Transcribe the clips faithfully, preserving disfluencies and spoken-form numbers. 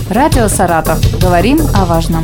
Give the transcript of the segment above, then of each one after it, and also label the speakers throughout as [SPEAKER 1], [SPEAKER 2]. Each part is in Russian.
[SPEAKER 1] Радио «Саратов». Говорим о важном.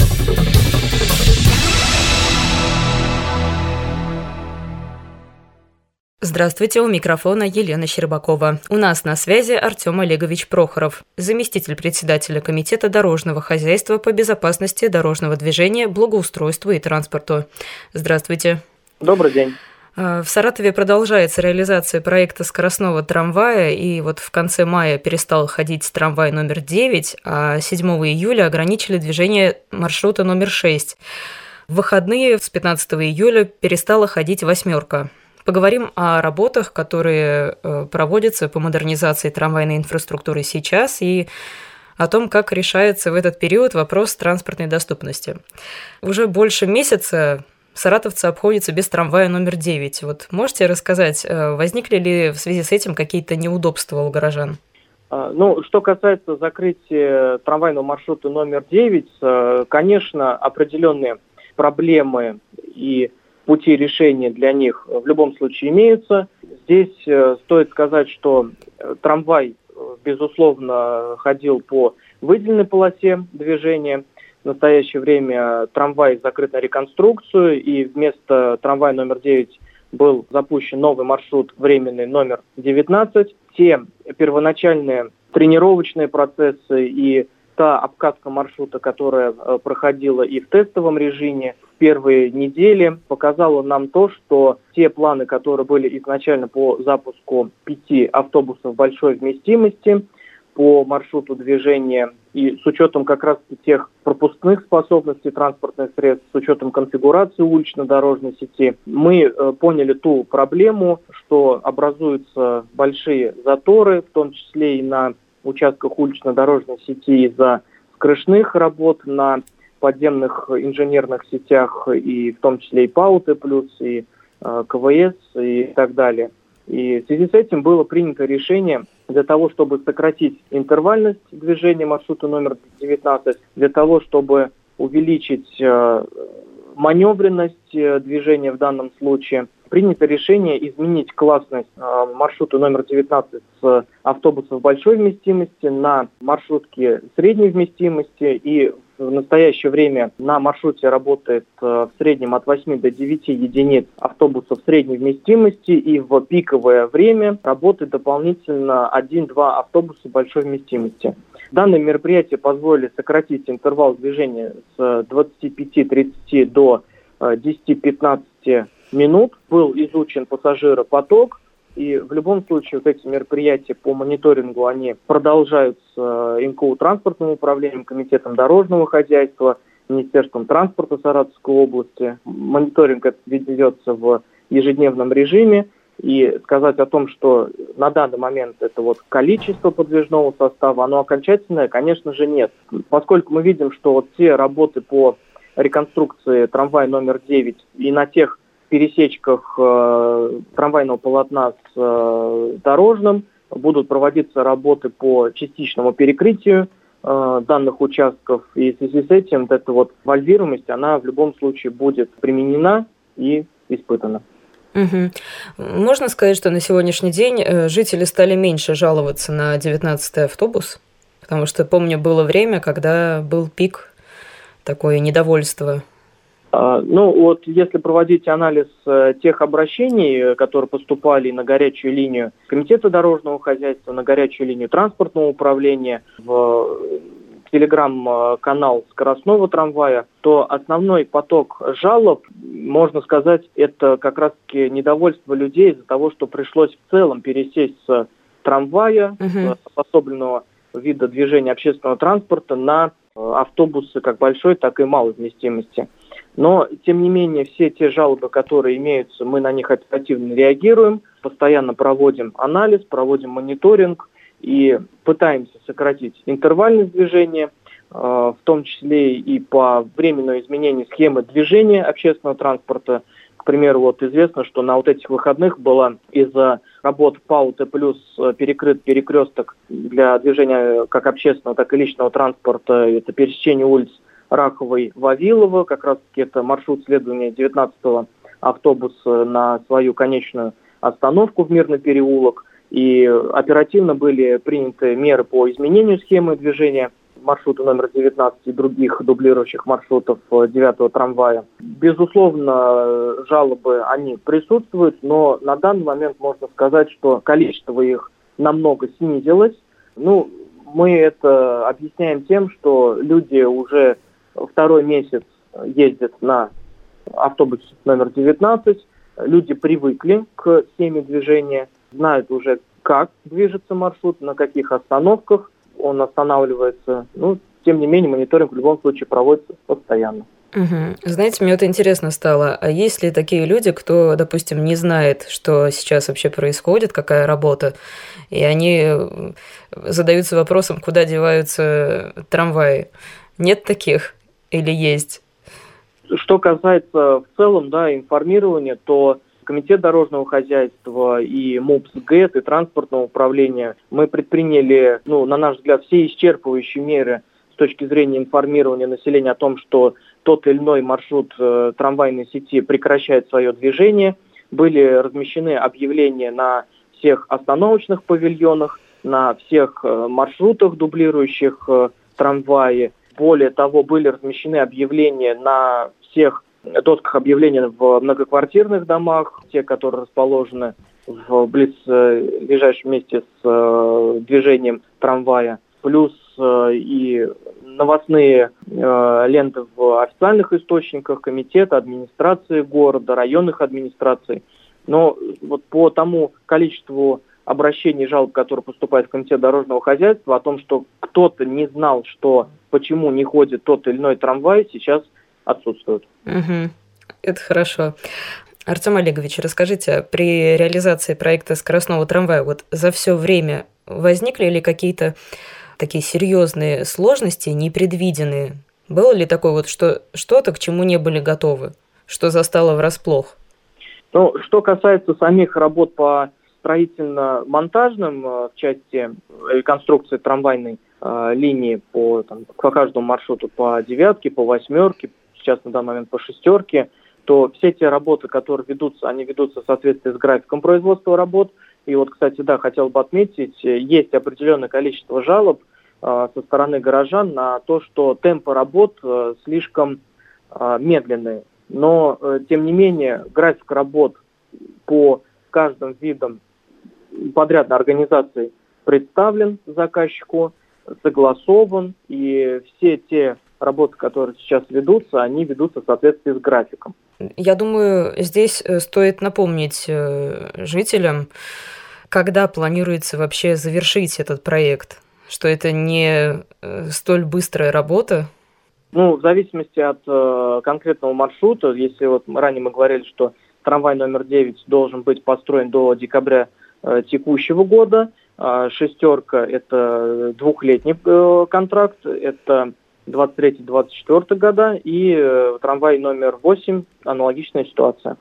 [SPEAKER 2] Здравствуйте, у микрофона Елена Щербакова. У нас на связи Артем Олегович Прохоров, заместитель председателя Комитета дорожного хозяйства по безопасности дорожного движения, благоустройству и транспорту. Здравствуйте.
[SPEAKER 3] Добрый день.
[SPEAKER 2] В Саратове продолжается реализация проекта скоростного трамвая, и вот в конце мая перестал ходить трамвай номер девять, а седьмого июля ограничили движение маршрута номер шесть. В выходные с пятнадцатого июля перестала ходить восьмерка. Поговорим о работах, которые проводятся по модернизации трамвайной инфраструктуры сейчас, и о том, как решается в этот период вопрос транспортной доступности. Уже больше месяца саратовцы обходятся без трамвая номер девять. Вот можете рассказать, возникли ли в связи с этим какие-то неудобства у горожан?
[SPEAKER 3] Ну, что касается закрытия трамвайного маршрута номер девять, конечно, определенные проблемы и пути решения для них в любом случае имеются. Здесь стоит сказать, что трамвай, безусловно, ходил по выделенной полосе движения. В настоящее время трамвай закрыт на реконструкцию, и вместо трамвая номер девять был запущен новый маршрут, временный номер девятнадцать. Те первоначальные тренировочные процессы и та обкатка маршрута, которая проходила и в тестовом режиме в первые недели, показала нам то, что те планы, которые были изначально по запуску пяти автобусов большой вместимости по маршруту движения, и с учетом как раз тех пропускных способностей транспортных средств, с учетом конфигурации улично-дорожной сети, мы э, поняли ту проблему, что образуются большие заторы, в том числе и на участках улично-дорожной сети из-за скоростных работ на подземных инженерных сетях, и в том числе и ПАУТ+, и э, КВС, и так далее. И в связи с этим было принято решение для того, чтобы сократить интервальность движения маршрута номер девятнадцать, для того, чтобы увеличить э, маневренность э, движения в данном случае, принято решение изменить классность э, маршрута номер девятнадцать с автобусов большой вместимости на маршрутки средней вместимости, и в настоящее время на маршруте работает э, в среднем от восьми до девяти единиц автобусов средней вместимости, и в пиковое время работает дополнительно один-два автобуса большой вместимости. Данное мероприятие позволит сократить интервал движения с двадцати пяти тридцати до э, десяти-пятнадцати минут. Был изучен пассажиропоток, и в любом случае вот эти мероприятия по мониторингу, они продолжаются эм ка у транспортным управлением, Комитетом дорожного хозяйства, Министерством транспорта Саратовской области. Мониторинг этот ведется в ежедневном режиме, и сказать о том, что на данный момент это вот количество подвижного состава, оно окончательное, конечно же, нет. Поскольку мы видим, что вот те работы по реконструкции трамвая номер девять и на тех пересечках э, трамвайного полотна с э, дорожным будут проводиться работы по частичному перекрытию э, данных участков, и в связи с этим вот эта вот вольвируемость, она в любом случае будет применена и испытана.
[SPEAKER 2] Угу. Можно сказать, что на сегодняшний день жители стали меньше жаловаться на девятнадцатый автобус? Потому что, помню, было время, когда был пик, такое недовольство.
[SPEAKER 3] Ну вот, если проводить анализ тех обращений, которые поступали на горячую линию Комитета дорожного хозяйства, на горячую линию транспортного управления, в телеграм-канал скоростного трамвая, то основной поток жалоб, можно сказать, это как раз-таки недовольство людей из-за того, что пришлось в целом пересесть с трамвая, uh-huh. способного вида движения общественного транспорта, на автобусы как большой, так и малой вместимости. Но, тем не менее, все те жалобы, которые имеются, мы на них оперативно реагируем, постоянно проводим анализ, проводим мониторинг и пытаемся сократить интервальность движения, в том числе и по временному изменению схемы движения общественного транспорта. К примеру, вот известно, что на вот этих выходных было из-за работ ПАУТ+ перекрыт перекресток для движения как общественного, так и личного транспорта. Это пересечение улиц Раховой, Вавилова, как раз таки это маршрут следования девятнадцатого автобуса на свою конечную остановку в Мирный переулок. И оперативно были приняты меры по изменению схемы движения маршрута номер девятнадцать и других дублирующих маршрутов девятого трамвая. Безусловно, жалобы, они присутствуют, но на данный момент можно сказать, что количество их намного снизилось. Ну, мы это объясняем тем, что люди уже второй месяц ездят на автобусе номер девятнадцать, люди привыкли к схеме движения, знают уже, как движется маршрут, на каких остановках он останавливается. Ну, тем не менее, мониторинг в любом случае проводится постоянно.
[SPEAKER 2] Угу. Знаете, мне вот интересно стало, а есть ли такие люди, кто, допустим, не знает, что сейчас вообще происходит, какая работа, и они задаются вопросом, куда деваются трамваи? Нет таких или есть?
[SPEAKER 3] Что касается в целом, да, информирования, то Комитет дорожного хозяйства и МУПС ГЭТ и транспортного управления мы предприняли, ну, на наш взгляд, все исчерпывающие меры с точки зрения информирования населения о том, что тот или иной маршрут э, трамвайной сети прекращает свое движение. Были размещены объявления на всех остановочных павильонах, на всех э, маршрутах, дублирующих э, трамваи. Более того, были размещены объявления на всех досках объявлений в многоквартирных домах, те, которые расположены в близлежащем месте с э, движением трамвая. Плюс э, и новостные э, ленты в официальных источниках комитета, администрации города, районных администраций. Но вот по тому количеству обращений, жалоб, которые поступают в Комитет дорожного хозяйства, о том, что кто-то не знал, что почему не ходит тот или иной трамвай, сейчас отсутствует.
[SPEAKER 2] Угу. Это хорошо. Артем Олегович, расскажите, при реализации проекта скоростного трамвая вот за все время возникли ли какие-то такие серьезные сложности, непредвиденные? Было ли такое вот что, что-то, к чему не были готовы, что застало врасплох?
[SPEAKER 3] Ну, что касается самих работ по строительно-монтажным в части реконструкции трамвайной э, линии по, там, по каждому маршруту по девятке, по восьмерке, сейчас на данный момент по шестерке, то все те работы, которые ведутся, они ведутся в соответствии с графиком производства работ. И вот, кстати, да, хотел бы отметить, есть определенное количество жалоб э, со стороны горожан на то, что темпы работ э, слишком э, медленные. Но, э, тем не менее, график работ по каждым видам подрядной организации представлен заказчику, согласован, и все те работы, которые сейчас ведутся, они ведутся в соответствии с графиком.
[SPEAKER 2] Я думаю, здесь стоит напомнить жителям, когда планируется вообще завершить этот проект, что это не столь быстрая работа.
[SPEAKER 3] Ну, в зависимости от э, конкретного маршрута, если вот ранее мы говорили, что трамвай номер девять должен быть построен до декабря э, текущего года, э, шестерка – это двухлетний э, контракт, это двадцать третий - двадцать четвёртый года, и э, трамвай номер восемь – аналогичная ситуация.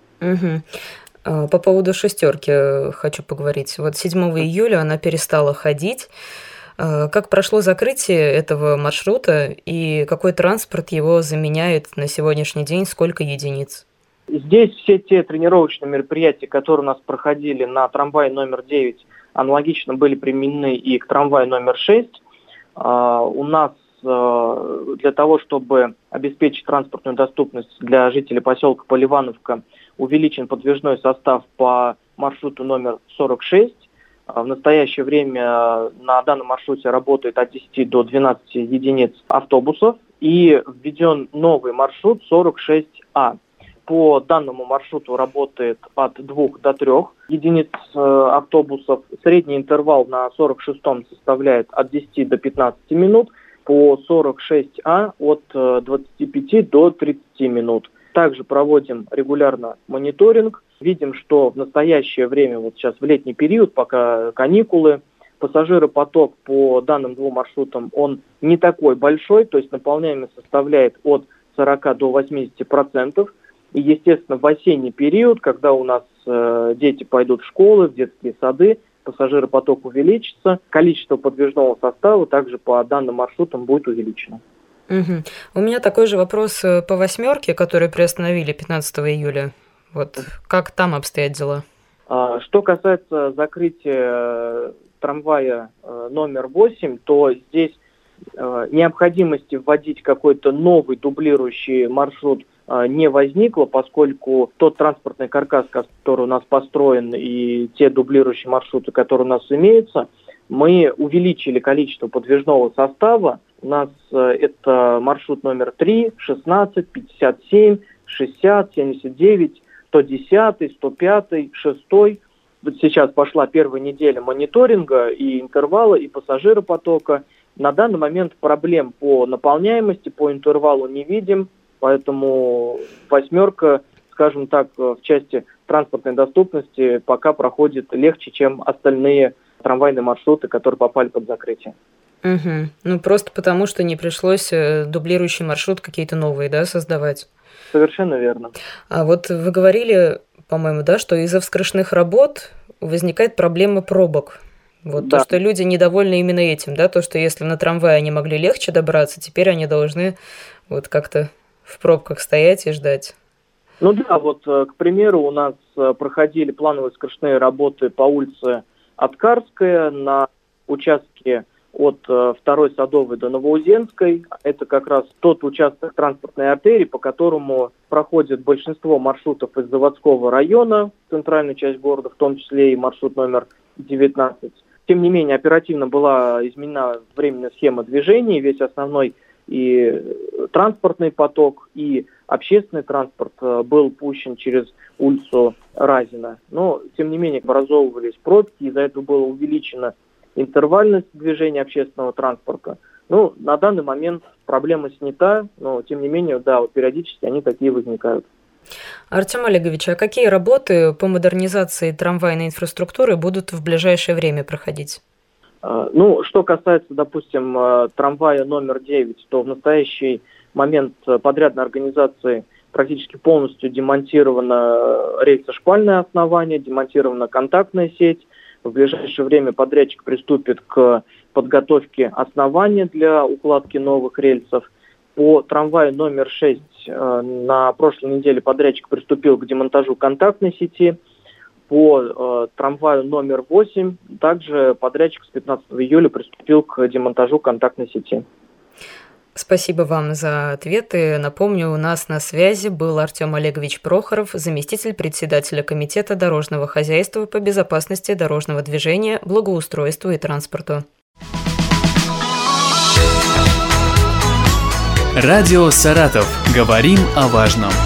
[SPEAKER 2] Угу. По поводу шестерки хочу поговорить. Вот седьмого июля она перестала ходить. Как прошло закрытие этого маршрута и какой транспорт его заменяет на сегодняшний день, сколько единиц?
[SPEAKER 3] Здесь все те тренировочные мероприятия, которые у нас проходили на трамвае номер девять, аналогично были применены и к трамваю номер шесть. У нас для того, чтобы обеспечить транспортную доступность для жителей поселка Поливановка, увеличен подвижной состав по маршруту номер сорок шесть. В настоящее время на данном маршруте работает от десяти до двенадцати единиц автобусов и введен новый маршрут сорок шесть А. По данному маршруту работает от двух до трёх единиц автобусов. Средний интервал на сорок шестом составляет от десяти до пятнадцати минут. По сорок шесть А от двадцати пяти до тридцати минут. Также проводим регулярно мониторинг. Видим, что в настоящее время, вот сейчас в летний период, пока каникулы, пассажиропоток по данным двум маршрутам, он не такой большой, то есть наполняемость составляет от сорока до восьмидесяти процентов. И, естественно, в осенний период, когда у нас э, дети пойдут в школы, в детские сады, пассажиропоток увеличится, количество подвижного состава также по данным маршрутам будет увеличено.
[SPEAKER 2] Угу. У меня такой же вопрос по восьмерке, которую приостановили пятнадцатого июля. Вот как там обстоят дела?
[SPEAKER 3] Что касается закрытия трамвая номер восемь, то здесь необходимости вводить какой-то новый дублирующий маршрут не возникло, поскольку тот транспортный каркас, который у нас построен, и те дублирующие маршруты, которые у нас имеются, мы увеличили количество подвижного состава. У нас это маршрут номер три, шестнадцать, пятьдесят семь, шестьдесят, семьдесят девять, сто десять, сто пять, шесть. Вот сейчас пошла первая неделя мониторинга и интервала, и пассажиропотока. На данный момент проблем по наполняемости, по интервалу не видим, поэтому восьмерка, скажем так, в части транспортной доступности пока проходит легче, чем остальные трамвайные маршруты, которые попали под закрытие.
[SPEAKER 2] Угу. Ну, просто потому, что не пришлось дублирующий маршрут какие-то новые, да, создавать.
[SPEAKER 3] Совершенно верно.
[SPEAKER 2] А вот вы говорили, по-моему, да, что из-за вскрышных работ возникает проблема пробок. Вот да. То, что люди недовольны именно этим, да, то, что если на трамвае они могли легче добраться, теперь они должны вот как-то в пробках стоять и ждать.
[SPEAKER 3] Ну да, вот, к примеру, у нас проходили плановые скоростные работы по улице Откарская на участке от второй Садовой до Новоузенской. Это как раз тот участок транспортной артерии, по которому проходит большинство маршрутов из заводского района, центральную часть города, в том числе и маршрут номер девятнадцать. Тем не менее, оперативно была изменена временная схема движения, весь основной и транспортный поток, и общественный транспорт был пущен через улицу Разина. Но, тем не менее, образовывались пробки, из-за этого была увеличена интервальность движения общественного транспорта. Ну, на данный момент проблема снята, но, тем не менее, да, вот периодически они такие возникают.
[SPEAKER 2] Артем Олегович, а какие работы по модернизации трамвайной инфраструктуры будут в ближайшее время проходить?
[SPEAKER 3] Ну, что касается, допустим, трамвая номер девять, то в настоящий момент подрядной организации практически полностью демонтировано рельсо-шпальное основание, демонтирована контактная сеть. В ближайшее время подрядчик приступит к подготовке основания для укладки новых рельсов. По трамваю номер шесть на прошлой неделе подрядчик приступил к демонтажу контактной сети. По э, трамваю номер восемь также подрядчик с пятнадцатого июля приступил к демонтажу контактной сети.
[SPEAKER 2] Спасибо вам за ответы. Напомню, у нас на связи был Артем Олегович Прохоров, заместитель председателя Комитета дорожного хозяйства по безопасности дорожного движения, благоустройству и транспорту.
[SPEAKER 4] Радио «Саратов». Говорим о важном.